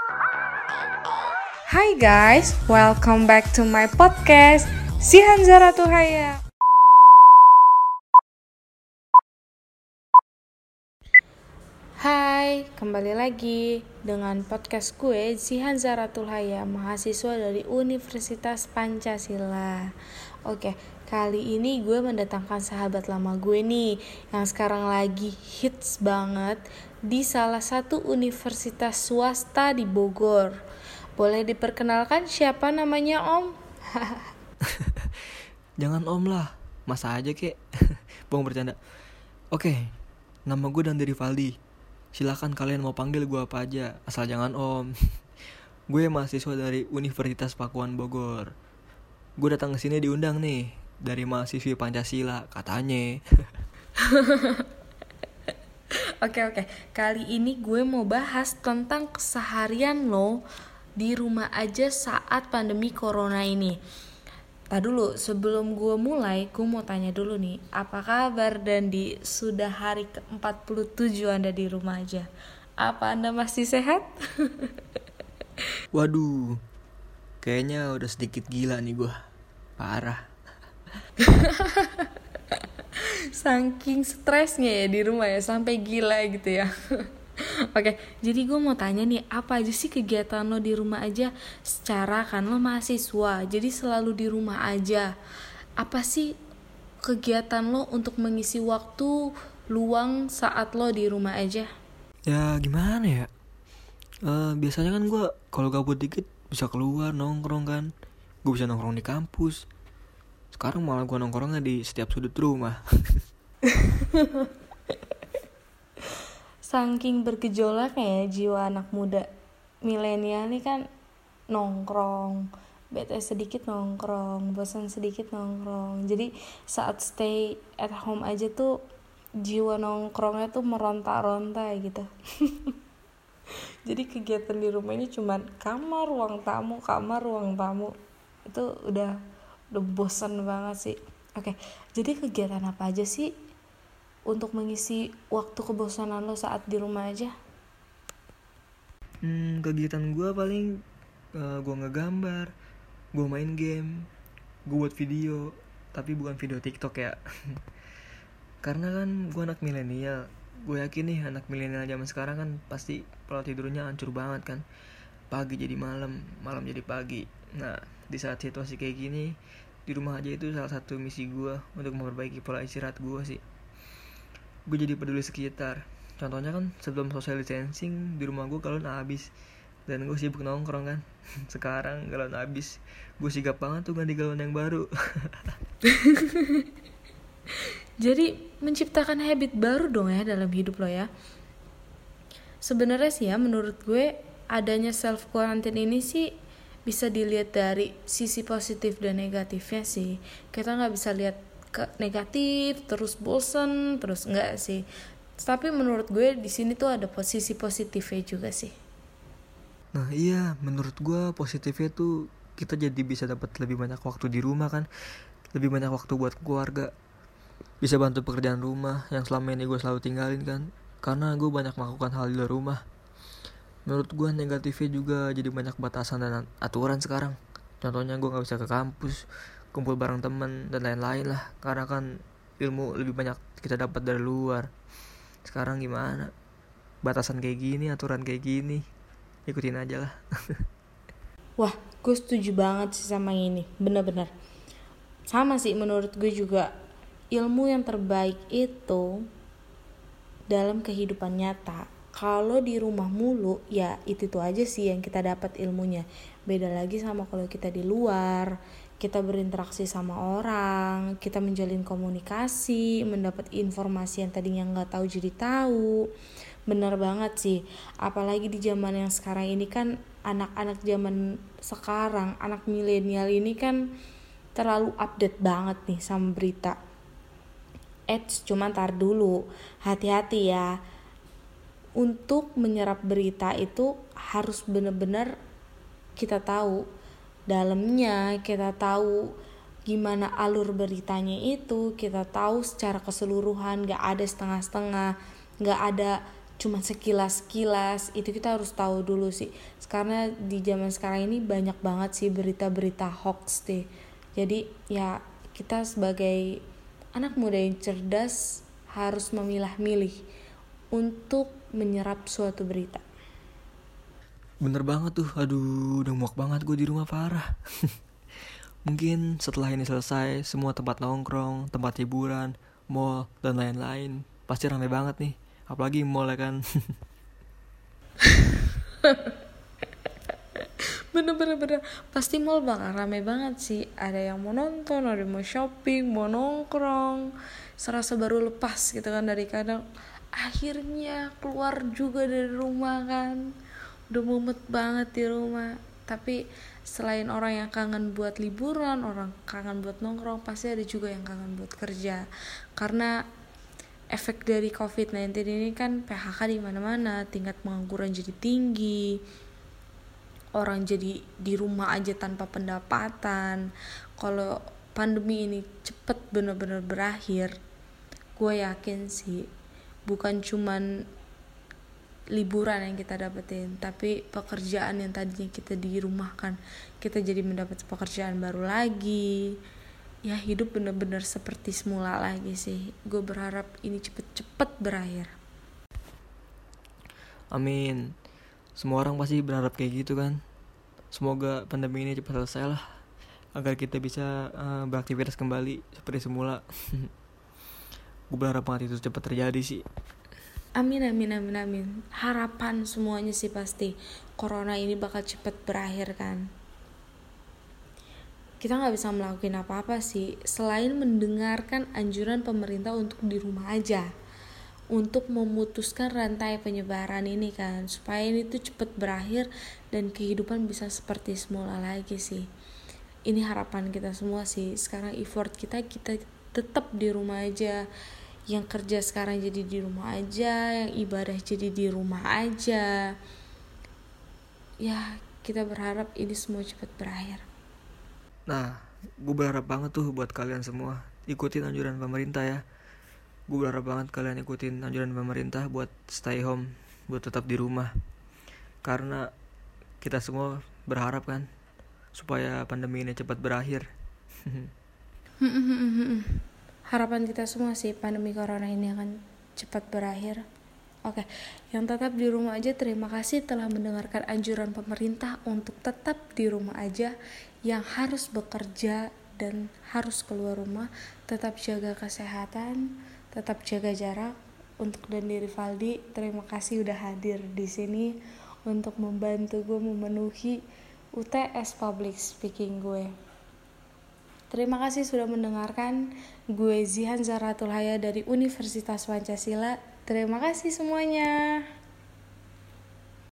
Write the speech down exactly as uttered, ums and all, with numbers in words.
Hai guys, welcome back to my podcast Si Hanzara Tuhaya. Hai, kembali lagi dengan podcast gue Si Hanzara Tuhaya, mahasiswa dari Universitas Pancasila. Oke, kali ini gue mendatangkan sahabat lama gue nih yang sekarang lagi hits banget di salah satu universitas swasta di Bogor. Boleh diperkenalkan siapa namanya Om? Jangan Om lah, masa aja kek. Bohong bercanda. Oke, nama gue Dandi Rivaldi. Silakan kalian mau panggil gue apa aja, asal jangan Om. Gue mahasiswa dari Universitas Pakuan Bogor. Gue datang ke sini diundang nih dari mahasiswi Pancasila katanya. Oke oke, kali ini gue mau bahas tentang keseharian lo di rumah aja saat pandemi corona ini. Tadi dulu, sebelum gue mulai, gue mau tanya dulu nih, apa kabar Dandi? Sudah hari ke empat puluh tujuh Anda di rumah aja. Apa Anda masih sehat? Waduh, kayaknya udah sedikit gila nih gue. Parah. Saking stresnya ya di rumah ya, sampai gila gitu ya. Oke, jadi gue mau tanya nih, apa aja sih kegiatan lo di rumah aja? Secara kan lo mahasiswa, jadi selalu di rumah aja. Apa sih kegiatan lo untuk mengisi waktu luang saat lo di rumah aja? Ya gimana ya? Uh, biasanya kan gue kalau gabut dikit bisa keluar nongkrong kan. Gue bisa nongkrong di kampus. Sekarang malah gue nongkrongnya di setiap sudut rumah. Saking bergejolak ya jiwa anak muda milenial nih kan, nongkrong, bete sedikit nongkrong, bosan sedikit nongkrong. Jadi saat stay at home aja tuh jiwa nongkrongnya tuh meronta-ronta gitu. Jadi kegiatan di rumah ini cuman kamar, ruang tamu, kamar, ruang tamu. Itu udah udah bosan banget sih. Oke, jadi kegiatan apa aja sih untuk mengisi waktu kebosanan lo saat di rumah aja? Hmm, kegiatan gue paling uh, gue ngegambar, gue main game, gue buat video, tapi bukan video TikTok ya. Karena kan gue anak milenial, gue yakin nih anak milenial zaman sekarang kan pasti pola tidurnya hancur banget kan. Pagi jadi malam, malam jadi pagi. Nah, di saat situasi kayak gini, di rumah aja itu salah satu misi gue untuk memperbaiki pola istirahat gue sih. Gue jadi peduli sekitar. Contohnya kan sebelum social distancing di rumah gue galon habis dan gue sibuk nongkrong kan. Sekarang galon habis, gue sigap banget tuh ganti galon yang baru. Jadi menciptakan habit baru dong ya dalam hidup lo ya. Sebenarnya sih ya, menurut gue adanya self quarantine ini sih bisa dilihat dari sisi positif dan negatifnya sih. Kita nggak bisa lihat ke negatif terus bosen terus, enggak sih. Tapi menurut gue di sini tuh ada posisi positifnya juga sih. Nah iya, menurut gue positifnya tuh kita jadi bisa dapat lebih banyak waktu di rumah kan, lebih banyak waktu buat keluarga, bisa bantu pekerjaan rumah yang selama ini gue selalu tinggalin kan, karena gue banyak melakukan hal di luar rumah. Menurut gue negatifnya juga jadi banyak batasan dan aturan sekarang. Contohnya gue nggak bisa ke kampus, kumpul bareng teman dan lain-lain lah, karena kan ilmu lebih banyak kita dapat dari luar. Sekarang gimana? Batasan kayak gini, aturan kayak gini, ikutin aja lah. Wah, gue setuju banget sih sama ini, bener-bener. Sama sih menurut gue juga, ilmu yang terbaik itu dalam kehidupan nyata. Kalau di rumah mulu, ya itu-itu aja sih yang kita dapat ilmunya. Beda lagi sama kalau kita di luar, kita berinteraksi sama orang, kita menjalin komunikasi, mendapat informasi yang tadinya nggak tahu jadi tahu. Bener banget sih, apalagi di zaman yang sekarang ini kan, anak-anak zaman sekarang, anak milenial ini kan terlalu update banget nih sama berita. Eits, cuma tar dulu, hati-hati ya. Untuk menyerap berita itu harus benar-benar kita tahu dalamnya, kita tahu gimana alur beritanya itu, kita tahu secara keseluruhan, gak ada setengah-setengah, gak ada cuman sekilas-kilas, itu kita harus tahu dulu sih. Karena di zaman sekarang ini banyak banget sih berita-berita hoax deh. Jadi ya kita sebagai anak muda yang cerdas harus memilah-milih untuk menyerap suatu berita. Bener banget tuh, aduh udah muak banget gue di rumah parah. Mungkin setelah ini selesai, semua tempat nongkrong, tempat hiburan, mall, dan lain-lain pasti ramai banget nih. Apalagi mall ya kan. Bener-bener bener. Pasti mall bakal rame banget sih. Ada yang mau nonton, ada yang mau shopping, mau nongkrong. Serasa baru lepas gitu kan dari kadang. Akhirnya keluar juga dari rumah kan. Udah mumet banget di rumah. Tapi selain orang yang kangen buat liburan, orang kangen buat nongkrong, pasti ada juga yang kangen buat kerja. Karena efek dari covid sembilan belas ini kan P H K di mana-mana, tingkat pengangguran jadi tinggi. Orang jadi di rumah aja tanpa pendapatan. Kalau pandemi ini cepet bener-bener berakhir, gue yakin sih bukan cuman liburan yang kita dapetin, tapi pekerjaan yang tadinya kita dirumahkan, kita jadi mendapat pekerjaan baru lagi. Ya hidup bener-bener seperti semula lagi sih. Gue berharap ini cepet-cepet berakhir. Amin. Semua orang pasti berharap kayak gitu kan. Semoga pandemi ini cepat selesai lah, agar kita bisa uh, beraktivitas kembali seperti semula. Gue berharap banget itu cepat terjadi sih. Amin amin amin amin. Harapan semuanya sih pasti corona ini bakal cepet berakhir kan. Kita gak bisa melakukan apa-apa sih selain mendengarkan anjuran pemerintah untuk di rumah aja, untuk memutuskan rantai penyebaran ini kan, supaya ini tuh cepet berakhir dan kehidupan bisa seperti semula lagi sih. Ini harapan kita semua sih. Sekarang effort kita kita tetap di rumah aja. Yang kerja sekarang jadi di rumah aja, yang ibadah jadi di rumah aja. Ya kita berharap ini semua cepat berakhir. Nah, gue berharap banget tuh buat kalian semua ikutin anjuran pemerintah ya. Gue berharap banget kalian ikutin anjuran pemerintah buat stay home, buat tetap di rumah. Karena kita semua berharap kan supaya pandemi ini cepat berakhir. Harapan kita semua sih pandemi corona ini akan cepat berakhir. Oke, yang tetap di rumah aja, terima kasih telah mendengarkan anjuran pemerintah untuk tetap di rumah aja. Yang harus bekerja dan harus keluar rumah, tetap jaga kesehatan, tetap jaga jarak. Untuk Dandi Rivaldi, terima kasih udah hadir di sini untuk membantu gue memenuhi U T S Public Speaking gue. Terima kasih sudah mendengarkan. Gue Zihan Zaratul Haya dari Universitas Pancasila. Terima kasih semuanya.